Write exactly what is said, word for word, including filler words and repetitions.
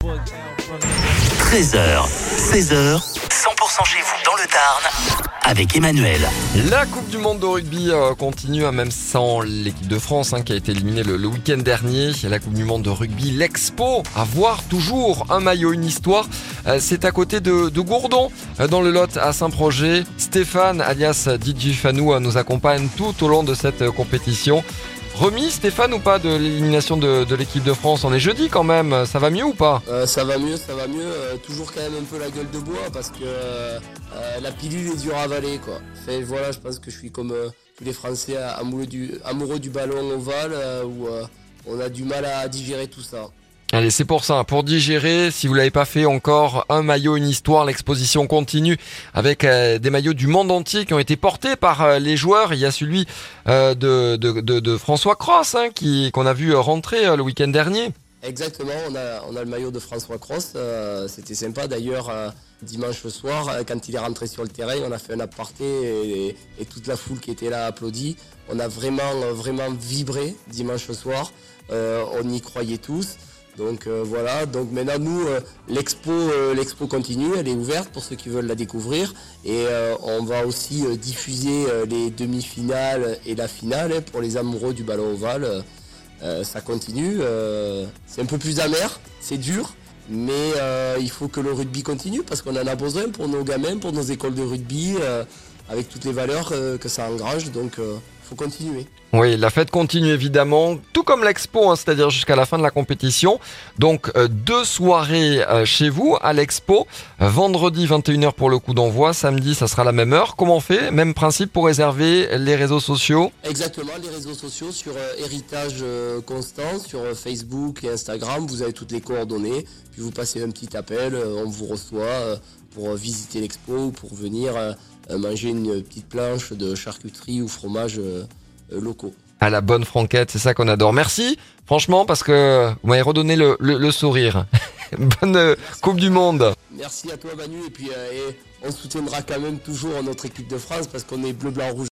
treize heures, seize heures, cent pour cent chez vous dans le Tarn, avec Emmanuel. La Coupe du Monde de rugby euh, continue, hein, même sans l'équipe de France hein, qui a été éliminée le, le week-end dernier. La Coupe du Monde de rugby, l'Expo, à voir toujours un maillot, une histoire. Euh, c'est à côté de, de Gourdon, euh, dans le Lot à Saint-Projet. Stéphane, alias D J Fanou, euh, nous accompagne tout au long de cette euh, compétition. Remis, Stéphane, ou pas de l'élimination de, de l'équipe de France? On est jeudi quand même, ça va mieux ou pas? euh, Ça va mieux, ça va mieux. Euh, toujours quand même un peu la gueule de bois parce que euh, la pilule est dure à avaler, quoi. Fait, voilà, je pense que je suis comme euh, tous les Français amoureux du, amoureux du ballon ovale euh, où euh, on a du mal à digérer tout ça. Allez, c'est pour ça, pour digérer, si vous l'avez pas fait encore, un maillot, une histoire, l'exposition continue avec euh, des maillots du monde entier qui ont été portés par euh, les joueurs. Il y a celui euh, de, de, de, de François Cros hein, qui, qu'on a vu rentrer euh, le week-end dernier. Exactement, on a, on a le maillot de François Cros, euh, c'était sympa d'ailleurs. Euh, dimanche soir, euh, quand il est rentré sur le terrain, on a fait un aparté et, et toute la foule qui était là applaudit. On a vraiment, vraiment vibré dimanche soir, euh, on y croyait tous. Donc euh, voilà, donc maintenant nous, euh, l'expo, euh, l'expo continue, elle est ouverte pour ceux qui veulent la découvrir. Et euh, on va aussi euh, diffuser euh, les demi-finales et la finale hein, pour les amoureux du ballon ovale. Euh, ça continue, euh, c'est un peu plus amer, c'est dur, mais euh, il faut que le rugby continue parce qu'on en a besoin pour nos gamins, pour nos écoles de rugby, euh, avec toutes les valeurs euh, que ça engrange, donc il euh, faut continuer. Oui, la fête continue évidemment, tout comme l'expo, hein, c'est-à-dire jusqu'à la fin de la compétition. Donc euh, deux soirées euh, chez vous à l'expo, euh, vendredi vingt et une heures pour le coup d'envoi, samedi ça sera la même heure. Comment on fait? Même principe pour réserver les réseaux sociaux? Exactement, les réseaux sociaux sur euh, Héritage euh, Constant, sur euh, Facebook et Instagram, vous avez toutes les coordonnées, puis vous passez un petit appel, euh, on vous reçoit euh, pour euh, visiter l'expo ou pour venir euh, manger une petite planche de charcuterie ou fromage euh, euh, locaux. À la bonne franquette, c'est ça qu'on adore. Merci, franchement, parce que vous m'avez redonné le, le, le sourire. Bonne euh, Coupe du Monde. Merci à toi Manu, et puis euh, et on soutiendra quand même toujours notre équipe de France parce qu'on est bleu, blanc, rouge.